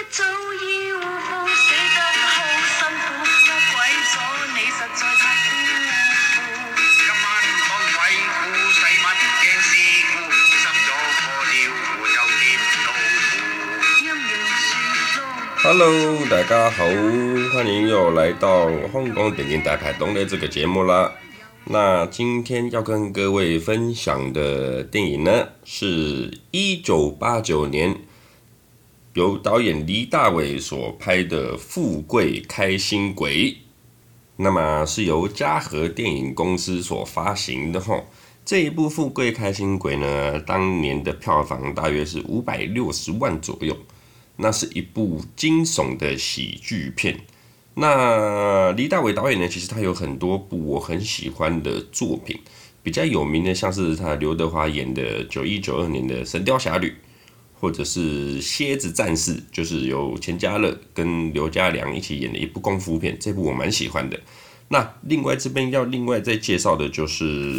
早已互報，死得好辛苦，乜鬼咗你實在太孤苦。 今晚當鬼故使乜驚事故，濕咗破了褲就跌到褲。 陰陽樹路。 Hello， 大家好，欢迎又来到香港电影大排档的这个节目啦。那今天要跟各位分享的电影呢，是1989年由导演黎大伟所拍的《富贵开心鬼》，那么是由嘉禾电影公司所发行的吼。这一部《富贵开心鬼》呢，当年的票房大约是560万左右。那是一部惊悚的喜剧片。那黎大伟导演呢，其实他有很多部我很喜欢的作品，比较有名的像是他刘德华演的91、92年的《神雕侠侣》，或者是《蝎子战士》，就是由钱嘉乐跟刘家良一起演的一部功夫片，这部我蛮喜欢的。那另外这边要另外再介绍的就是，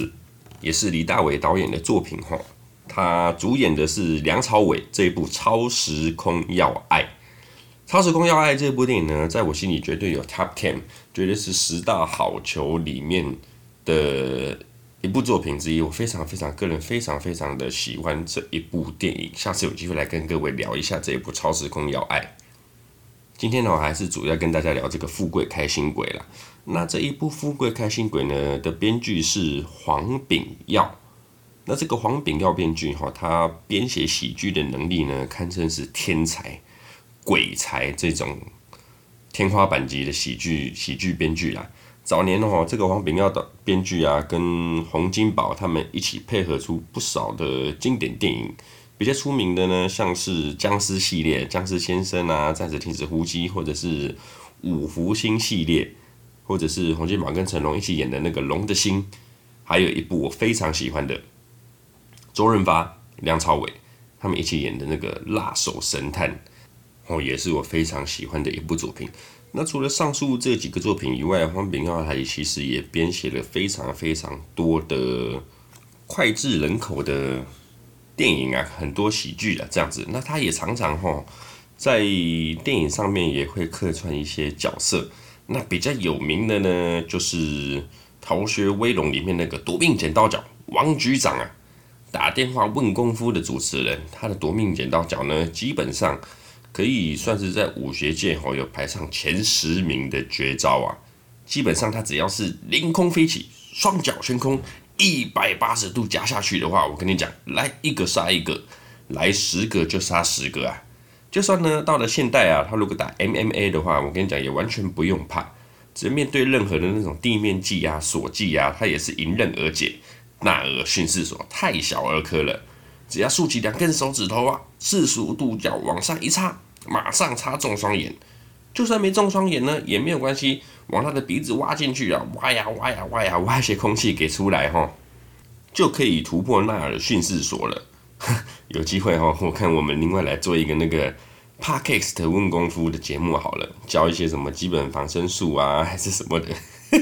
也是黎大伟导演的作品哈。他主演的是梁朝伟这一部《超时空要爱》。《超时空要爱》这部电影呢，在我心里绝对有 Top 10，绝对是10大好球里面的一部作品之一。我个人非常的喜欢这一部电影。下次有机会来跟各位聊一下这一部《超时空要爱》。今天呢，我还是主要跟大家聊这个《富贵开心鬼》啦。那这一部《富贵开心鬼》呢的编剧是黄炳耀。那这个黄炳耀编剧他编写喜剧的能力呢，堪称是天才、鬼才这种天花板级的喜剧编剧啦。早年这个黄炳耀的编剧啊，跟洪金宝他们一起配合出不少的经典电影。比较出名的呢，像是僵尸系列，僵尸先生啊，暂时停止呼吸，或者是五福星系列，或者是洪金宝跟成龙一起演的那个《龙的心》，还有一部我非常喜欢的。周润发、梁朝伟他们一起演的那个《辣手神探》，也是我非常喜欢的一部作品。那除了上述这几个作品以外，黄炳耀他其实也编写了非常多的脍炙人口的电影啊，很多喜剧啊这样子。那他也常常在电影上面也会客串一些角色。那比较有名的呢，就是《逃学威龙》里面那个夺命剪刀脚王局长啊。打电话问功夫的主持人，他的夺命剪刀脚呢，基本上可以算是在武学界有排上前10名的绝招啊。基本上他只要是凌空飞起，双脚悬空，180度夹下去的话，我跟你讲，来一个杀一个，来10个就杀10个啊。就算呢到了现代啊，他如果打 MMA 的话，我跟你讲也完全不用怕，只面对任何的那种地面技啊、锁技啊，他也是迎刃而解。纳尔训示所太小儿科了，只要竖起2根手指头啊，45度角往上一插，马上插中双眼。就算没中双眼呢，也没有关系，往他的鼻子挖进去啊，挖一些空气给出来就可以突破纳尔训示所了。有机会我看我们另外来做一个那个 Podcast 问功夫的节目好了，教一些什么基本防身术啊，还是什么的。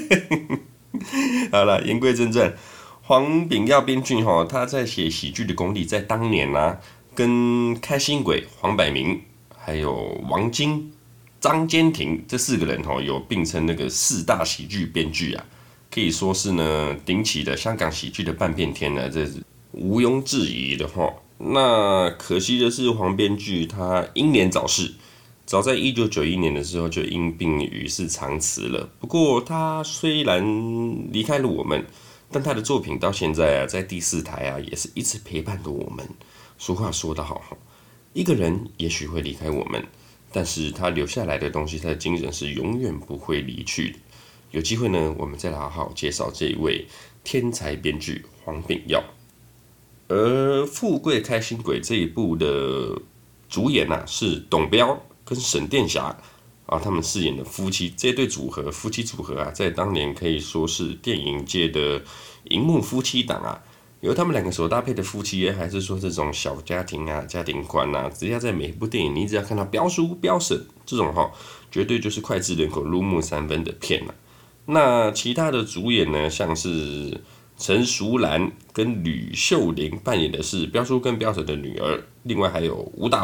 好了，言归正传。黄炳耀编剧他在写喜剧的功力，在当年啊，跟开心鬼黄百鸣，还有王晶、张坚庭这4个人有并称那个4大喜剧编剧啊，可以说是呢顶起了香港喜剧的半边天呢，这是毋庸置疑的那可惜的是，黄编剧他英年早逝，早在1991年的时候就因病与世长辞了。不过他虽然离开了我们，但他的作品到现在啊，在第4台啊，也是一直陪伴着我们。俗话说得好，一个人也许会离开我们，但是他留下来的东西，他的精神是永远不会离去的。有机会呢，我们再来好好介绍这一位天才编剧黄炳耀。而《富贵开心鬼》这一部的主演啊，是董彪跟沈殿霞。他们饰演的夫妻这对夫妻组合啊，在当年可以说是电影界的荧幕夫妻档啊。由他们2个所搭配的夫妻，还是说这种小家庭啊、家庭观啊，只要在每一部电影，你只要看到彪叔、彪婶这种绝对就是脍炙人口、入木三分的片啊。那其他的主演呢，像是陈淑兰跟吕秀莲扮演的是彪叔跟彪婶的女儿，另外还有吴大维、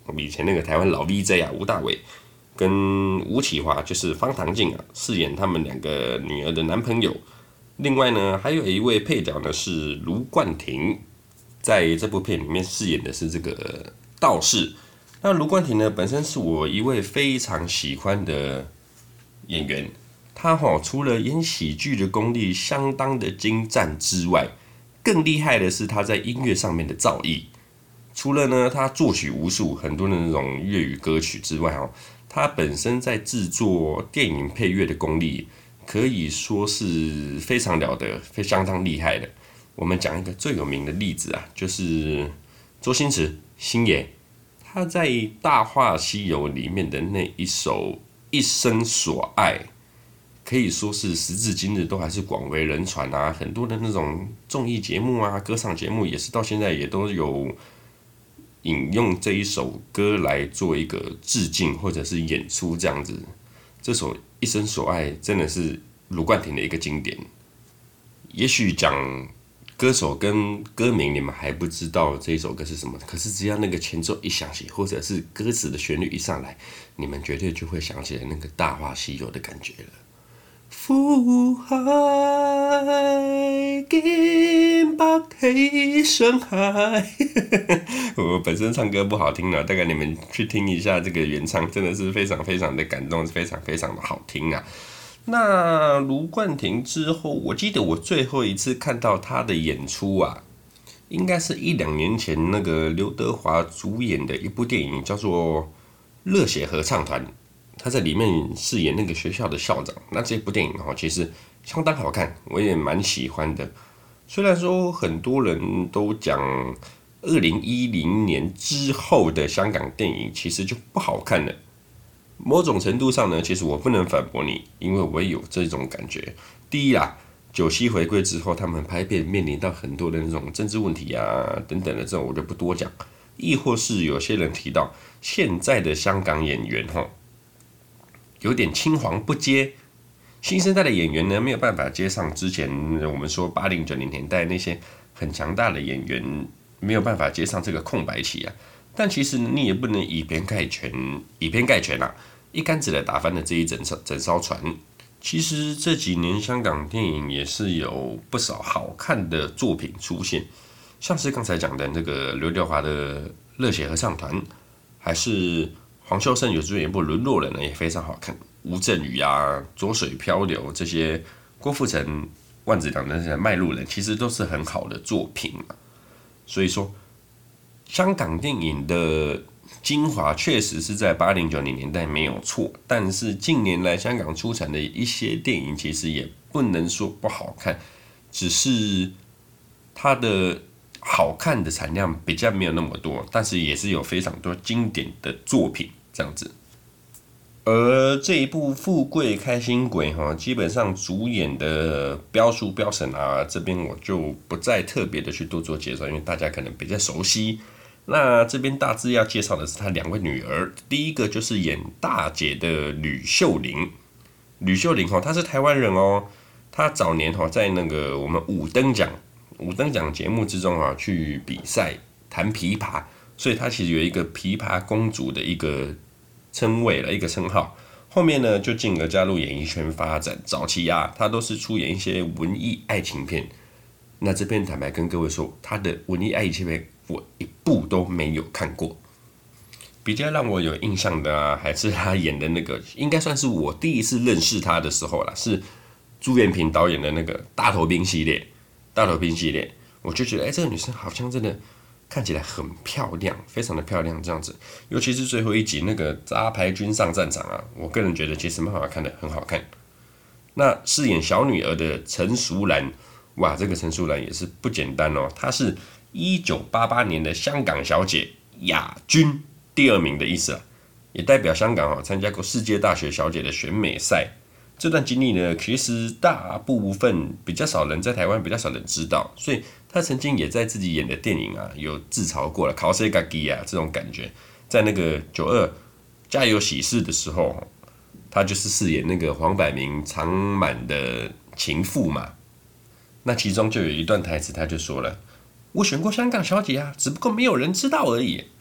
以前那个台湾老 VJ 啊，吴大伟跟吴启华就是方唐镜啊，饰演他们2个女儿的男朋友。另外呢，还有一位配角呢是卢冠廷，在这部片里面饰演的是这个道士。那卢冠廷呢，本身是我一位非常喜欢的演员，他除了演喜剧的功力相当的精湛之外，更厉害的是他在音乐上面的造诣。除了呢，他作曲无数很多的那种粤语歌曲之外，他本身在制作电影配乐的功力可以说是非常了得，相当厉害的。我们讲一个最有名的例子啊，就是周星驰星爷，他在《大话西游》里面的那一首《一生所爱》，可以说是时至今日都还是广为人传啊。很多的那种综艺节目啊、歌唱节目也是到现在也都有引用这一首歌来做一个致敬或者是演出这样子。这首《一生所爱》真的是卢冠廷的一个经典。也许讲歌手跟歌名你们还不知道这一首歌是什么，可是只要那个前奏一响起，或者是歌词的旋律一上来，你们绝对就会想起来那个《大话西游》的感觉了。苦海緊北起上海。我本身唱歌不好聽啊，大概你們去聽一下這個原唱，真的是非常非常的感動，非常非常的好聽啊。那盧冠廷之後，我記得我最後一次看到他的演出啊，應該是1-2年前那個劉德華主演的一部電影，叫做《熱血合唱團》。他在里面饰演那个学校的校长。那这部电影其实相当好看，我也蛮喜欢的。虽然说很多人都讲2010年之后的香港电影其实就不好看了，某种程度上呢，其实我不能反驳你，因为我也有这种感觉。第一啦，97回归之后，他们拍片面临到很多的那种政治问题啊等等的这种，我就不多讲。亦或是有些人提到现在的香港演员有点青黄不接，新生代的演员呢没有办法接上之前我们说80、90年代那些很强大的演员，没有办法接上这个空白期啊。但其实你也不能以偏概全啊，一竿子的打翻了这一整艘船。其实这几年香港电影也是有不少好看的作品出现，像是刚才讲的那个刘德华的《热血合唱团》，还是黄秋生有主演一部《沦落人》呢，也非常好看。吴镇宇啊、左水漂流这些，郭富城、万梓良的那些卖路人，其实都是很好的作品嘛。所以说，香港电影的精华确实是在80、90年代没有错，但是近年来香港出产的一些电影，其实也不能说不好看，只是它的好看的产量比较没有那么多，但是也是有非常多经典的作品这样子。而这一部《富贵开心鬼》基本上主演的标叔、标神啊，这边我就不再特别的去多做介绍，因为大家可能比较熟悉。那这边大致要介绍的是他2位女儿，第一个就是演大姐的吕秀玲。吕秀玲她是台湾人哦，她早年在那个我们五灯奖节目之中去比赛弹琵琶，所以她其实有一个琵琶公主的一个称谓了，一个称号。后面呢就进而加入演艺圈发展，早期她都是出演一些文艺爱情片。那这边坦白跟各位说，她的文艺爱情片我一部都没有看过。比较让我有印象的还是她演的那个，应该算是我第一次认识她的时候啦，是朱元平导演的那个大头兵系列。我就觉得这个女生好像真的看起来很漂亮，非常的漂亮这样子。尤其是最后一集那个杂牌军上战场啊，我个人觉得其实蛮好看的，很好看。那饰演小女儿的陈淑兰，哇，这个陈淑兰也是不简单哦，她是1988年的香港小姐亚军第2名的意思啊，也代表香港参加过世界大学小姐的选美赛。这段经历呢，其实大部分比较少人在台湾比较少人知道，所以他曾经也在自己演的电影有自嘲过了，考谁自己这种感觉。在那个92家有喜事的时候，他就是饰演那个黄百鸣长满的情妇嘛。那其中就有一段台词，他就说了：“我选过香港小姐只不过没有人知道而已。”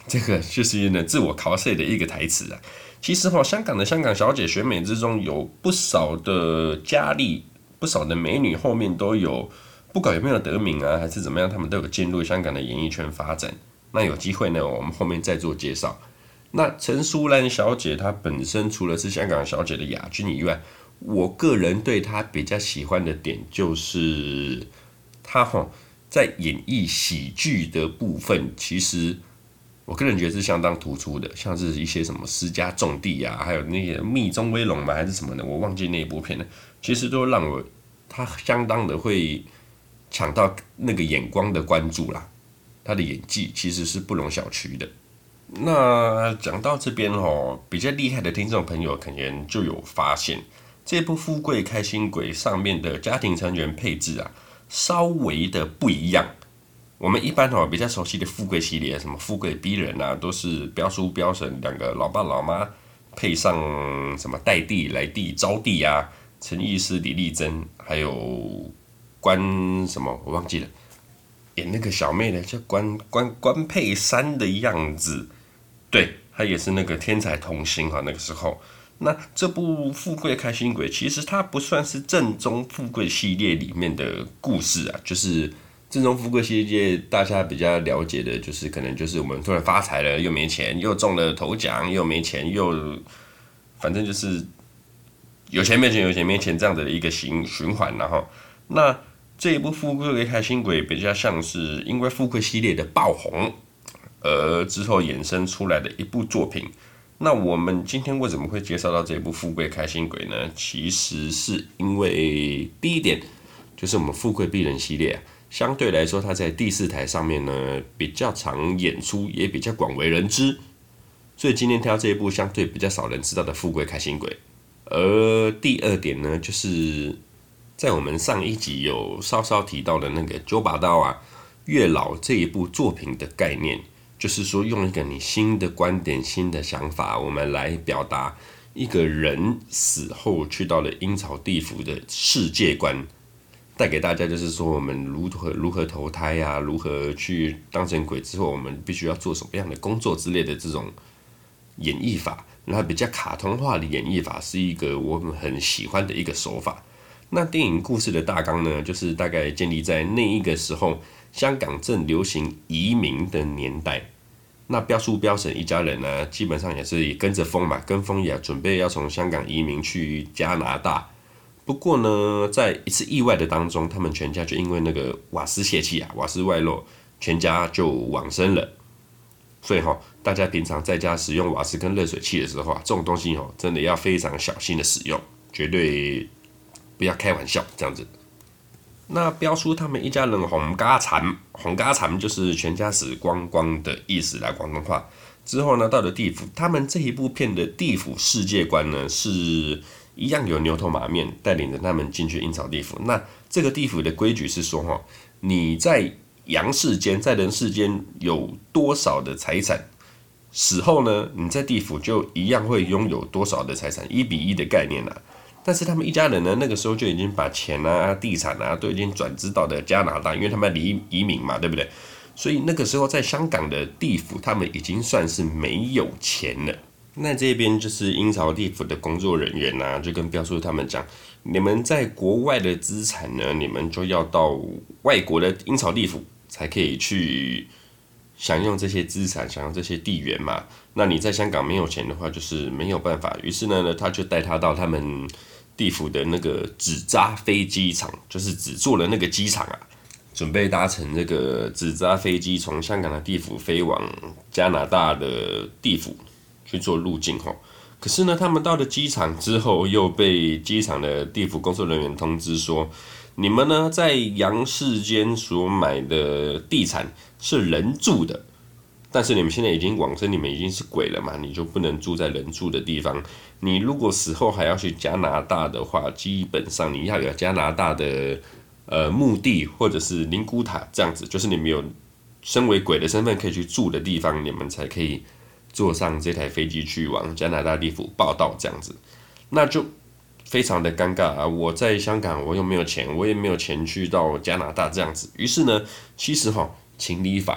这个就是呢自我考试的一个台词啊。其实香港的香港小姐选美之中，有不少的佳丽，不少的美女，后面都有，不管有没有得名啊，还是怎么样，他们都有进入香港的演艺圈发展。那有机会呢，我们后面再做介绍。那陈淑兰小姐她本身除了是香港小姐的亚军以外，我个人对她比较喜欢的点就是她在演绎喜剧的部分，其实我个人觉得是相当突出的，像是一些什么私家种地啊，还有那些密宗威龙嘛，还是什么的，我忘记那一部片了，其实都让他相当的会抢到那个眼光的关注啦。他的演技其实是不容小觑的。那讲到这边比较厉害的听众朋友可能就有发现，这部《富贵开心鬼》上面的家庭成员配置啊，稍微的不一样。我们一般比较熟悉的富贵系列，什么富贵逼人啊，都是彪叔彪婶两个老爸老妈，配上什么代弟来弟招弟啊，陈意思、李丽珍，还有关什么我忘记了，演那个小妹的叫关佩珊的样子，对，她也是那个天才童星那个时候。那这部《富贵开心鬼》其实它不算是正宗富贵系列里面的故事啊，就是正宗富贵系列大家比较了解的，就是可能就是我们突然发财了，又没钱，又中了头奖，又没钱，又反正就是有钱没钱，有钱没钱这样的一个循环，然后那这一部《富贵开心鬼》比较像是因为富贵系列的爆红，而之后衍生出来的一部作品。那我们今天为什么会介绍到这部《富贵开心鬼》呢？其实是因为第一点，就是我们富贵逼人系列相对来说，它在第4台上面呢比较常演出，也比较广为人知，所以今天挑这一部相对比较少人知道的《富贵开心鬼》。而第二点呢，就是在我们上一集有稍稍提到的那个九把刀啊，月老这一部作品的概念。就是说，用一个你新的观点、新的想法，我们来表达一个人死后去到了阴曹地府的世界观，带给大家就是说，我们如何投胎啊，如何去当成鬼之后，我们必须要做什么样的工作之类的这种演绎法。那比较卡通化的演绎法是一个我们很喜欢的一个手法。那电影故事的大纲呢，就是大概建立在那一个时候。香港正流行移民的年代，那彪叔彪婶一家人呢，基本上也是跟着风嘛，跟风也准备要从香港移民去加拿大。不过呢，在一次意外的当中，他们全家就因为那个瓦斯泄气啊，瓦斯外漏，全家就往生了。所以大家平常在家使用瓦斯跟热水器的时候啊，这种东西真的要非常小心的使用，绝对不要开玩笑这样子。那彪叔他们一家人红家惨就是全家死光光的意思啦，广东话。之后呢，到了地府，他们这一部片的地府世界观呢，是一样有牛头马面带领着他们进去阴曹地府。那这个地府的规矩是说，你在阳世间，在人世间有多少的财产，死后呢，你在地府就一样会拥有多少的财产，1:1的概念啦。但是他们一家人呢，那个时候就已经把钱啊、地产啊都已经转支到了加拿大，因为他们移民嘛，对不对？所以那个时候在香港的地府，他们已经算是没有钱了。那这边就是阴曹地府的工作人员啊，就跟彪叔他们讲，你们在国外的资产呢，你们就要到外国的阴曹地府才可以去享用这些资产，享用这些地缘嘛。那你在香港没有钱的话，就是没有办法。于是呢，他就带他到他们地府的那个纸扎飞机场，就是纸做的那个机场啊，准备搭乘这个纸扎飞机从香港的地府飞往加拿大的地府去做入境可是呢，他们到了机场之后，又被机场的地府工作人员通知说，你们呢在阳世间所买的地产是人住的，但是你们现在已经往生，你们已经是鬼了嘛，你就不能住在人住的地方。你如果死后还要去加拿大的话，基本上你要有加拿大的墓地或者是灵骨塔这样子，就是你们有身为鬼的身份可以去住的地方，你们才可以坐上这台飞机去往加拿大地府报到这样子。那就非常的尴尬啊！我在香港，我又没有钱，我也没有钱去到加拿大这样子。于是呢，其实情理法啦，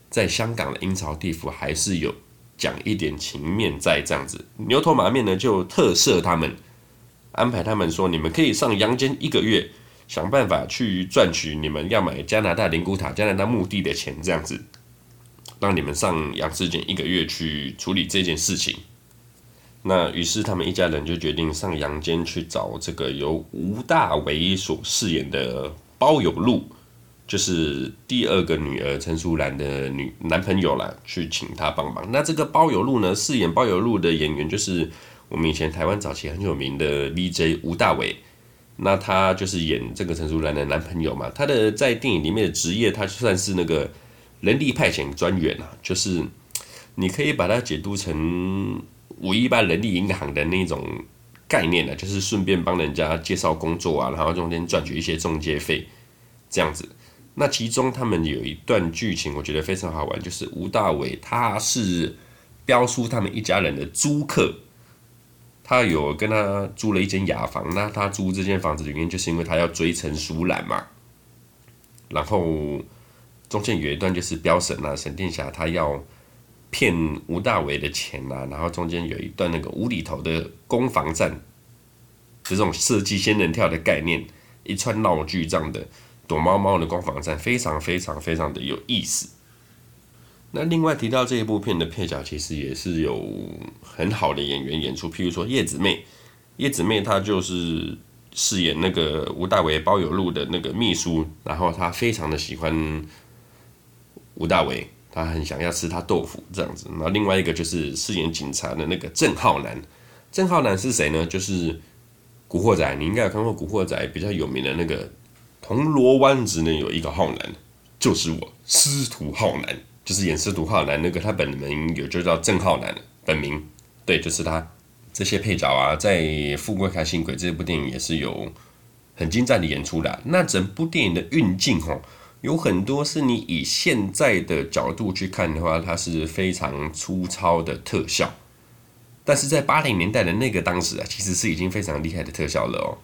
在香港的阴曹地府还是有讲一点情面在这样子。牛头马面呢就特赦他们，安排他们说你们可以上阳间1个月，想办法去赚取你们要买加拿大灵骨塔、加拿大墓地的钱，这样子，让你们上阳世间1个月去处理这件事情。那于是他们一家人就决定上阳间去找这个由吴大维所饰演的包有禄，就是第2个女儿陈淑兰的男朋友啦，去请他帮忙。那这个包有禄呢，饰演包有禄的演员就是我们以前台湾早期很有名的 VJ 吴大维。那他就是演这个陈淑兰的男朋友嘛，他的在电影里面的职业，他算是那个人力派遣专员啊，就是你可以把它解读成518人力银行的那种概念啊，就是顺便帮人家介绍工作啊，然后中间赚取一些中介费这样子。那其中他们有一段剧情，我觉得非常好玩，就是吴大维他是标书他们一家人的租客。他有跟他租了一间雅房，那他租这间房子的原因就是因为他要追陈淑兰嘛。然后中间有一段就是标审啊，沈殿霞他要骗吴大维的钱啊，然后中间有一段那个无厘头的攻防战，这种射击仙人跳的概念，一串闹剧这样的躲猫猫的攻防战，非常非常非常的有意思。那另外提到这一部片的配角，其实也是有很好的演员演出，譬如说叶子妹，叶子妹她就是饰演那个吴大维包有禄的那个秘书，然后她非常的喜欢吴大维，她很想要吃他豆腐这样子。然后另外一个就是饰演警察的那个郑浩南，郑浩南是谁呢？就是古惑仔，你应该有看过古惑仔比较有名的那个铜锣湾子呢有一个浩南，就是我司徒浩南。就是演司徒浩南那个，他本名有就叫郑浩南，本名对，就是他。这些配角啊，在《富贵开心鬼》这部电影也是有很精湛的演出的。那整部电影的运镜有很多是你以现在的角度去看的话，它是非常粗糙的特效，但是在80年代的那个当时啊，其实是已经非常厉害的特效了哦。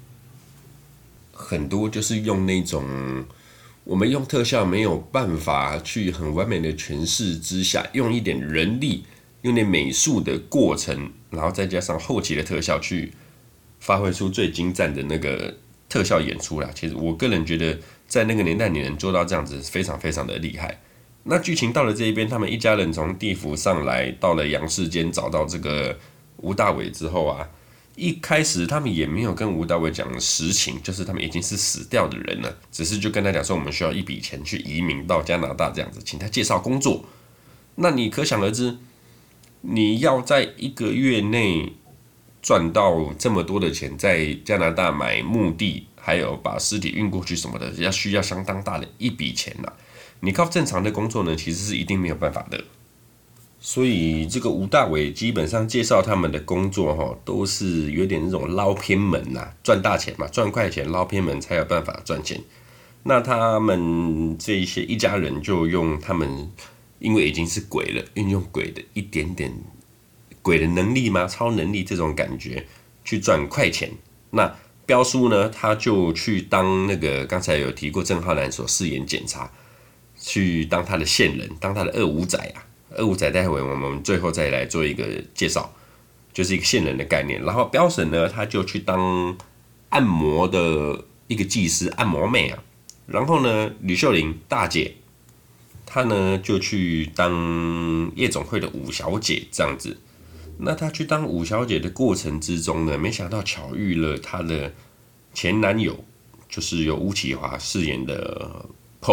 很多就是用那种我们用特效没有办法去很完美的诠释之下，用一点人力，用点美术的过程，然后再加上后期的特效去发挥出最精湛的那个特效演出啦。其实我个人觉得，在那个年代你能做到这样子，非常非常的厉害。那剧情到了这一边，他们一家人从地府上来，到了阳世间，找到这个吴大维之后啊，一开始他们也没有跟吴大维讲实情，就是他们已经是死掉的人了，只是就跟他讲说我们需要一笔钱去移民到加拿大这样子，请他介绍工作。那你可想而知，你要在1个月内赚到这么多的钱，在加拿大买墓地，还有把尸体运过去什么的，需要相当大的一笔钱啦。你靠正常的工作呢，其实是一定没有办法的。所以这个吴大维基本上介绍他们的工作都是有点那种捞偏门啦，赚大钱嘛，赚快钱，捞偏门才有办法赚钱。那他们这一些一家人就用他们，因为已经是鬼了，运用鬼的一点点鬼的能力吗？超能力这种感觉去赚快钱。那彪叔呢，他就去当那个刚才有提过郑浩南所饰演检察，去当他的线人，当他的二五仔啊。二五仔待会我们最后再来做一个介绍，就是一个线人的概念。然后彪婶呢，他就去当按摩的一个技师，按摩妹啊。然后呢，吕秀玲大姐，她呢就去当夜总会的五小姐这样子。那她去当五小姐的过程之中呢，没想到巧遇了她的前男友，就是由吴启华饰演的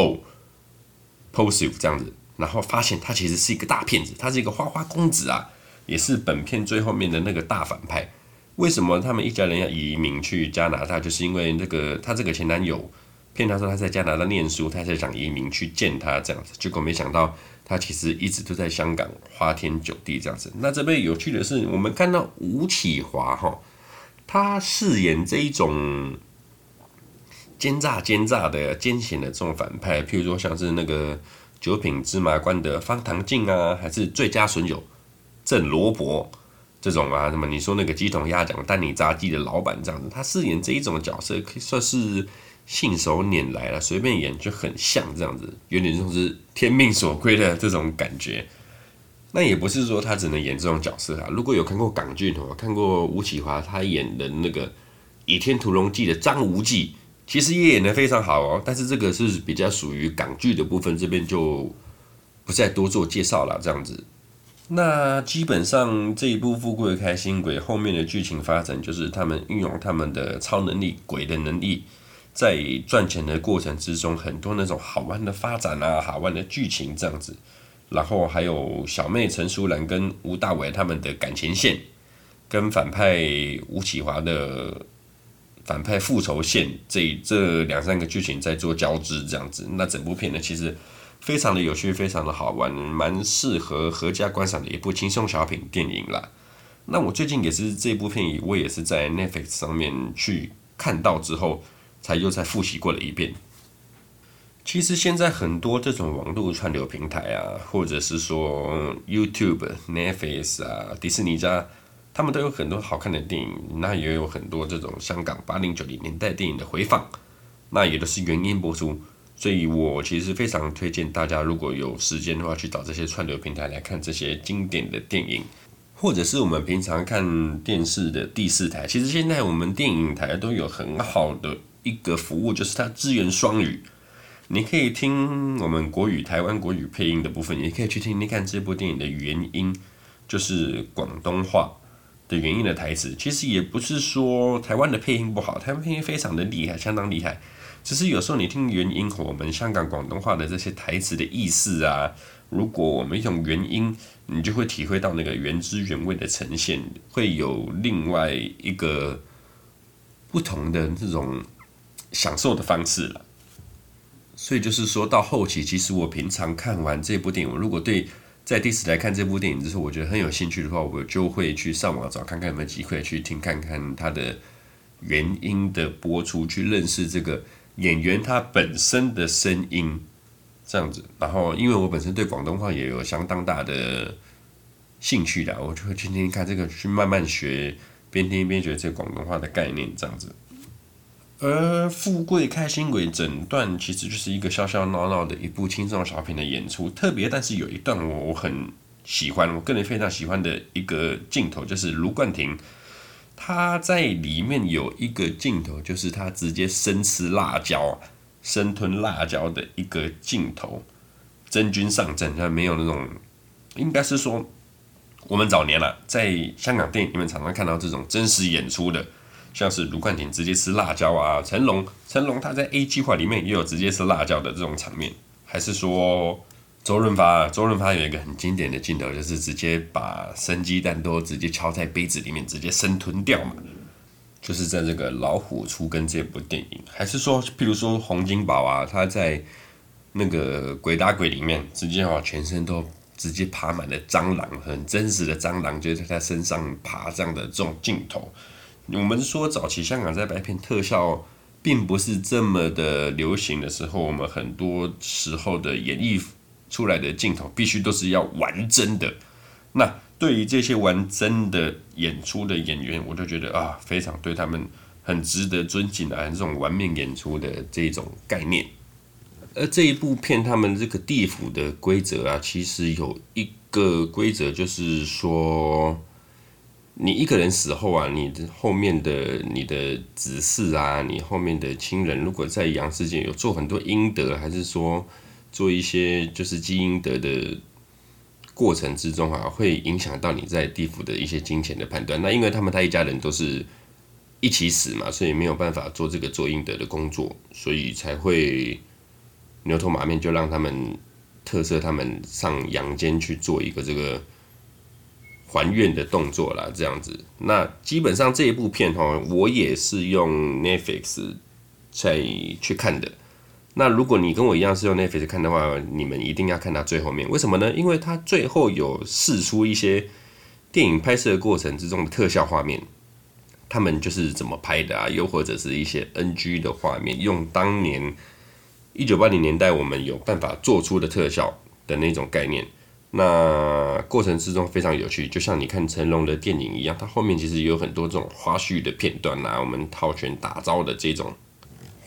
Positive 这样子。然后发现他其实是一个大骗子，他是一个花花公子啊，也是本片最后面的那个大反派。为什么他们一家人要移民去加拿大？就是因为他这个前男友骗他说他在加拿大念书，他才想移民去见他这样子。结果没想到他其实一直都在香港花天酒地这样子。那这边有趣的是，我们看到吴启华他饰演这一种奸诈的奸险的这种反派，譬如说像是那个九品芝麻官的方唐镜啊，还是最佳损友郑罗伯这种啊，那么你说那个鸡同鸭讲丹尼炸鸡的老板这样子，他饰演这一种角色，可以算是信手拈来了，随便演就很像这样子，有点像是天命所归的这种感觉。那也不是说他只能演这种角色啊，如果有看过港剧看过吴启华他演的那个《倚天屠龙记》的张无忌，其实也演得非常好哦。但是这个是比较属于港剧的部分，这边就不再多做介绍了这样子。那基本上这一部《富贵开心鬼》后面的剧情发展，就是他们运用他们的超能力、鬼的能力，在赚钱的过程之中，很多那种好玩的发展啊、好玩的剧情这样子。然后还有小妹陈淑兰跟吴大维他们的感情线，跟反派吴启华的反派复仇线，这2-3个剧情在做交织这样子。那整部片呢，其实非常的有趣，非常的好玩，蛮适合合家观赏的一部轻松小品电影啦。那我最近也是这部片，我也是在 Netflix 上面去看到之后，又再复习过了一遍。其实现在很多这种网络串流平台啊，或者是说 YouTube、Netflix 啊、迪士尼家，他们都有很多好看的电影，那也有很多这种香港80、90年代电影的回放，那也都是原音播出。所以我其实非常推荐大家，如果有时间的话，去找这些串流平台来看这些经典的电影，或者是我们平常看电视的第4台。其实现在我们电影台都有很好的一个服务，就是它支援双语。你可以听我们国语、台湾国语配音的部分，也可以去听听看这部电影的原音，就是广东话的原音的台词。其实也不是说台湾的配音不好，台湾配音非常的厉害，相当厉害。只是有时候你听原音，我们香港广东话的这些台词的意思啊，如果我们用原音，你就会体会到那个原汁原味的呈现，会有另外一个不同的这种享受的方式了。所以就是说到后期，其实我平常看完这部电影，我如果对在第4台看这部电影之后，我觉得很有兴趣的话，我就会去上网找看看有没有机会去听看看它的原音的播出，去认识这个演员他本身的声音，这样子。然后因为我本身对广东话也有相当大的兴趣的，我就会去听听看这个，去慢慢学，边听边学这个广东话的概念，这样子。而富贵开心鬼整段其实就是一个笑笑闹闹的一部轻松小品的演出，特别但是有一段我很喜欢，我个人非常喜欢的一个镜头，就是卢冠廷他在里面有一个镜头，就是他直接生吃辣椒、生吞辣椒的一个镜头，真君上阵，他没有那种，应该是说我们早年在香港电影里面常常看到这种真实演出的。像是卢冠廷直接吃辣椒啊，成龙他在 A 计划里面也有直接吃辣椒的这种场面，还是说周润发有一个很经典的镜头，就是直接把生鸡蛋都直接敲在杯子里面，直接生吞掉嘛，就是在这个老虎出更这部电影，还是说譬如说洪金宝啊，他在那个鬼打鬼里面直接全身都直接爬满了蟑螂，很真实的蟑螂就在他身上爬这样的这种镜头。我们说早期香港在拍片特效并不是这么的流行的时候，我们很多时候的演绎出来的镜头必须都是要玩真的。那对于这些玩真的演出的演员，我就觉得非常对他们很值得尊敬这种玩命演出的这种概念。而这一部片他们这个地府的规则啊，其实有一个规则，就是说你一个人死后啊，你后面的你的子嗣啊，你后面的亲人，如果在阳世界有做很多阴德，还是说做一些就是积阴德的过程之中啊，会影响到你在地府的一些金钱的判断。那因为他一家人都是一起死嘛，所以没有办法做这个做阴德的工作，所以才会牛头马面就让他们特赦他们上阳间去做一个这个还愿的动作啦，这样子。那基本上这一部片我也是用 Netflix 才去看的。那如果你跟我一样是用 Netflix 看的话，你们一定要看到最后面。为什么呢？因为它最后有释出一些电影拍摄过程之中的特效画面，他们就是怎么拍的啊，又或者是一些 NG 的画面，用当年1980年代我们有办法做出的特效的那种概念。那过程之中非常有趣，就像你看成龙的电影一样，它后面其实也有很多这种花絮的片段啊，我们套拳打招的这种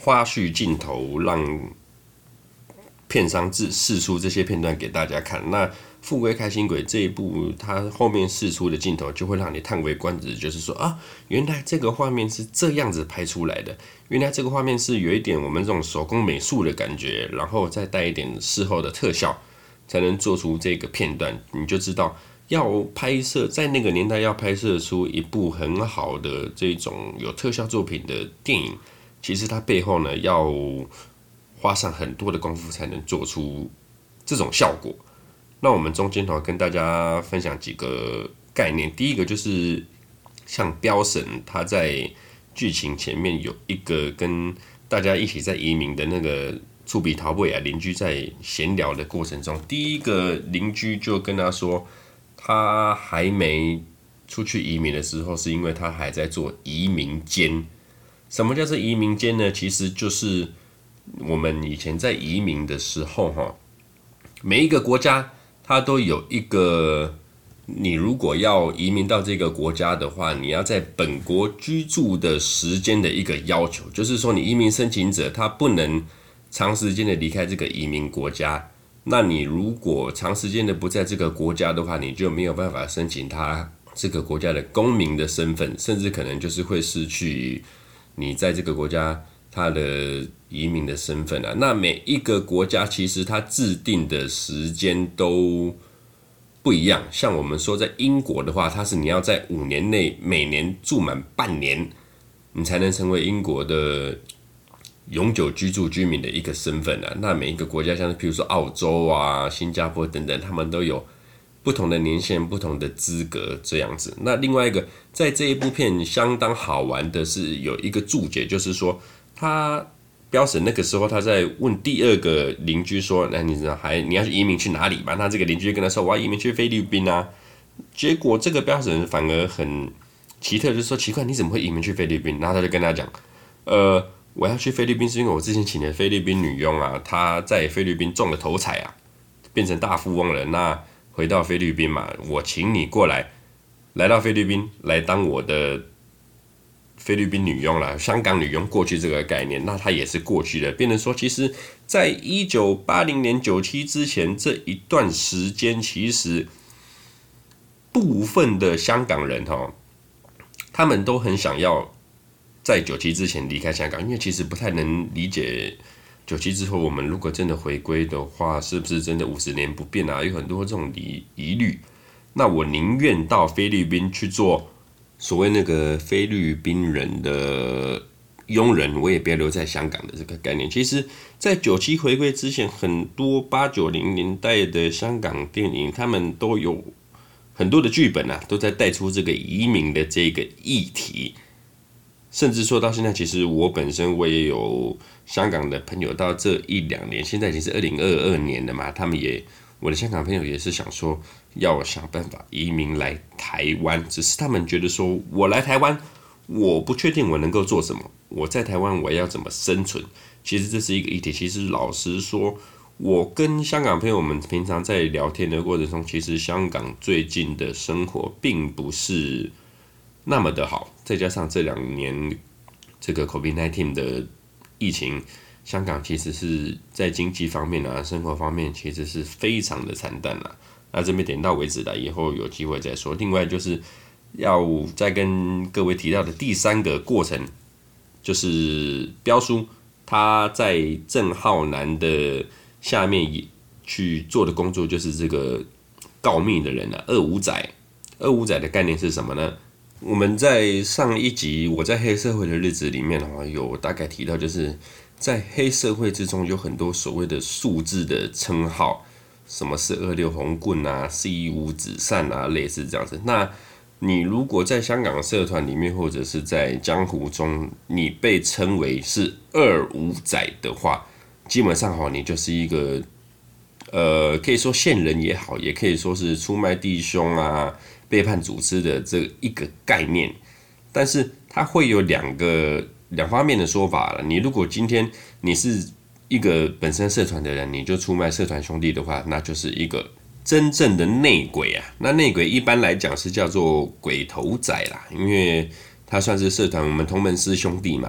花絮镜头让片商释出这些片段给大家看。那《富贵开心鬼》这一部，它后面释出的镜头就会让你叹为观止，就是说啊，原来这个画面是这样子拍出来的，原来这个画面是有一点我们这种手工美术的感觉，然后再带一点事后的特效，才能做出这个片段。你就知道，要拍摄在那个年代要拍摄出一部很好的这种有特效作品的电影，其实它背后呢要花上很多的功夫才能做出这种效果。那我们中间跟大家分享几个概念。第一个就是像彪神，他在剧情前面有一个跟大家一起在移民的那个厝边头尾邻居在闲聊的过程中，第一个邻居就跟他说，他还没出去移民的时候，是因为他还在做移民监。什么叫做移民监呢？其实就是我们以前在移民的时候，每一个国家它都有一个，你如果要移民到这个国家的话，你要在本国居住的时间的一个要求，就是说你移民申请者他不能长时间的离开这个移民国家。那你如果长时间的不在这个国家的话，你就没有办法申请他这个国家的公民的身份，甚至可能就是会失去你在这个国家他的移民的身份啊。那每一个国家其实它制定的时间都不一样。像我们说在英国的话，它是你要在5年内每年住满半年，你才能成为英国的永久居住居民的一个身份啊。那每一个国家，像是譬如说澳洲啊、新加坡等等，他们都有不同的年限、不同的资格这样子。那另外一个，在这一部片相当好玩的是有一个注解，就是说他彪神那个时候他在问第二个邻居说，那你要去移民去哪里嘛？那这个邻居跟他说，我要移民去菲律宾啊。结果这个彪神反而很奇特，就是说奇怪，你怎么会移民去菲律宾？然后他就跟他讲，我要去菲律宾是因为我之前请的菲律宾女佣啊，她在菲律宾中了头彩啊，变成大富翁了。那回到菲律宾嘛，我请你过来到菲律宾来当我的菲律宾女佣啦，香港女佣过去这个概念，那它也是过去的。变成说，其实在1980年97之前这一段时间，其实部分的香港人他们都很想要在97之前离开香港，因为其实不太能理解97之后我们如果真的回归的话，是不是真的50年不变啊？有很多这种疑虑。那我宁愿到菲律宾去做所谓那个菲律宾人的佣人，我也不要留在香港的这个概念。其实在97回归之前，很多80-90年代的香港电影，他们都有很多的剧本啊，都在带出这个移民的这个议题。甚至说到现在，其实我本身我也有香港的朋友，到这1-2年，现在已经是2022年了嘛，我的香港朋友也是想说要想办法移民来台湾，只是他们觉得说，我来台湾，我不确定我能够做什么，我在台湾我要怎么生存？其实这是一个议题。其实老实说，我跟香港朋友们平常在聊天的过程中，其实香港最近的生活并不是那么的好，再加上这2年这个 COVID-19 的疫情，香港其实是在经济方面啊、生活方面其实是非常的惨淡啦。那这边点到为止啦，以后有机会再说。另外就是要再跟各位提到的第3个过程，就是彪叔他在郑浩南的下面去做的工作，就是这个告密的人啊，二五仔。二五仔的概念是什么呢？我们在上一集我在黑社会的日子里面有大概提到，就是在黑社会之中有很多所谓的数字的称号，什么是26红棍啊、415纸扇啊，类似这样子。那你如果在香港社团里面，或者是在江湖中，你被称为是二五仔的话，基本上你就是一个可以说线人也好，也可以说是出卖弟兄啊、背叛组织的这一个概念。但是它会有两方面的说法了。你如果今天你是一个本身社团的人，你就出卖社团兄弟的话，那就是一个真正的内鬼啊。那内鬼一般来讲是叫做鬼头仔啦，因为他算是社团我们同门师兄弟嘛。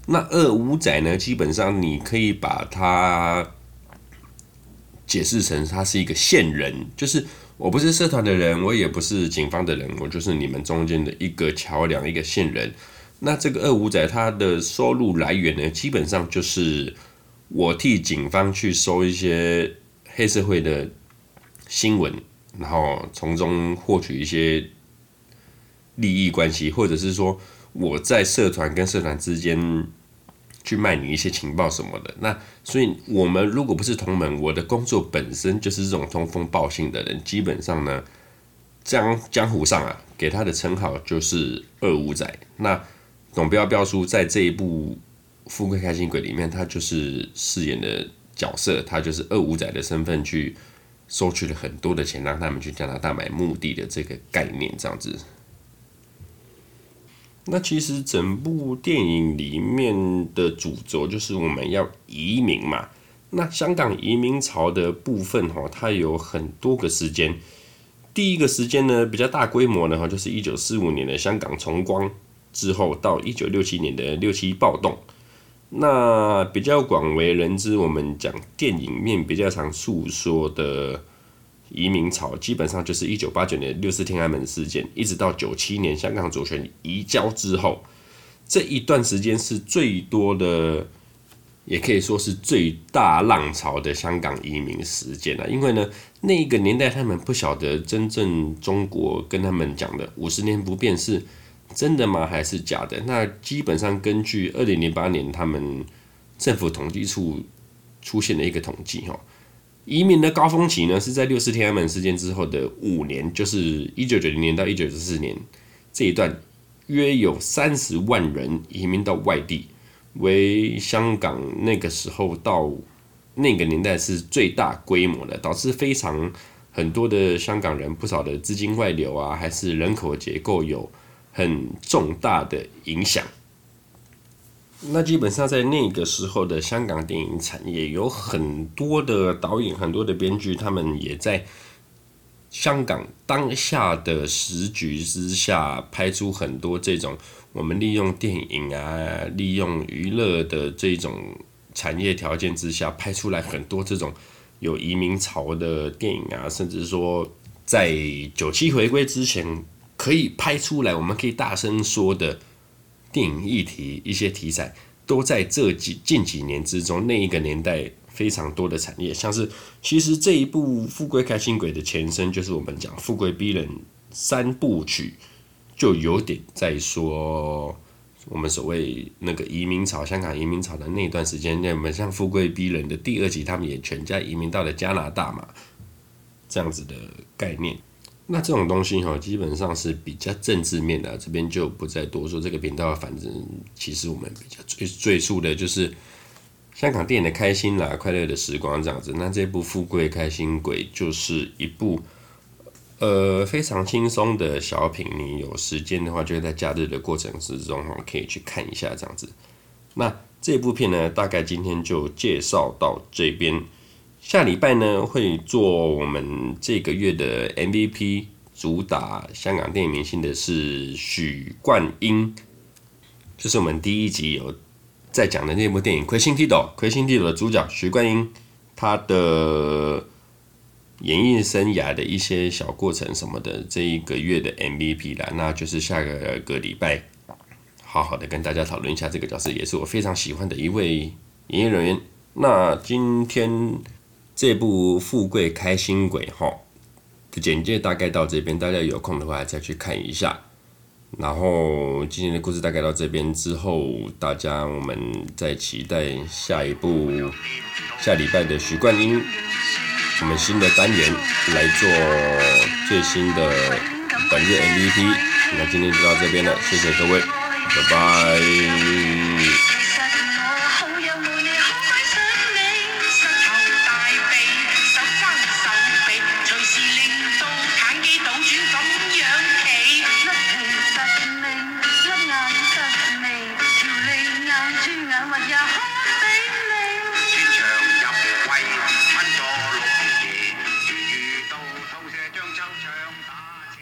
那二五仔呢，基本上你可以把它解释成它是一个线人，就是我不是社团的人，我也不是警方的人，我就是你们中间的一个桥梁，一个线人。那这个二五仔他的收入来源呢，基本上就是我替警方去收一些黑社会的新闻，然后从中获取一些利益关系，或者是说我在社团跟社团之间去卖你一些情报什么的。那所以我们如果不是同门，我的工作本身就是这种通风报信的人，基本上呢，江湖上啊给他的称号就是二五仔。那董彪叔在这一部《富贵开心鬼》里面，他就是饰演的角色，他就是二五仔的身份去收取了很多的钱，让他们去加拿大买墓地的这个概念，这样子。那其实整部电影里面的主轴就是我们要移民嘛。那香港移民潮的部分它有很多个时间。第一个时间呢，比较大规模呢，就是1945年的香港重光之后，到1967年的六七暴动。那比较广为人知，我们讲电影面比较常诉说的移民潮，基本上就是1989年的6·4天安门事件，一直到97年香港主权移交之后，这一段时间是最多的，也可以说是最大浪潮的香港移民时间因为呢，那个年代他们不晓得真正中国跟他们讲的50年不变是真的吗？还是假的？那基本上根据2008年他们政府统计处出现的一个统计移民的高峰期呢是在6·4天安门事件之后的5年，就是1990年到1994年这一段，约有30万人移民到外地，为香港那个时候到那个年代是最大规模的，导致非常很多的香港人不少的资金外流啊，还是人口结构有很重大的影响。那基本上在那个时候的香港电影产业，有很多的导演、很多的编剧，他们也在香港当下的时局之下，拍出很多这种我们利用电影啊、利用娱乐的这种产业条件之下，拍出来很多这种有移民潮的电影啊，甚至说在97回归之前可以拍出来，我们可以大声说的电影议题、一些题材，都在近几年之中，那一个年代非常多的产业，像是其实这一部《富贵开心鬼》的前身，就是我们讲《富贵逼人》3部曲，就有点在说我们所谓那个移民潮，香港移民潮的那段时间，那么像《富贵逼人》的第2集，他们也全家移民到了加拿大嘛，这样子的概念。那这种东西基本上是比较政治面的，这边就不再多说。这个频道反正其实我们比较赘述的就是香港电影的开心啦、快乐的时光这样子。那这部《富贵开心鬼》就是一部非常轻松的小品，你有时间的话，就在假日的过程之中可以去看一下这样子。那这部片呢，大概今天就介绍到这边。下礼拜呢，会做我们这个月的 MVP， 主打香港电影明星的是许冠英，就是我们第1集有在讲的那部电影《魁星踢斗》的主角许冠英，他的演艺生涯的一些小过程什么的，这一个月的 MVP 啦，那就是下个礼拜好好的跟大家讨论一下这个角色，也是我非常喜欢的一位演艺人员。那今天这部《富贵开心鬼》的简介大概到这边，大家有空的话再去看一下。然后今天的故事大概到这边之后，大家我们再期待下一部下礼拜的许冠英，我们新的单元来做最新的本日 MVP。那今天就到这边了，谢谢各位，拜拜。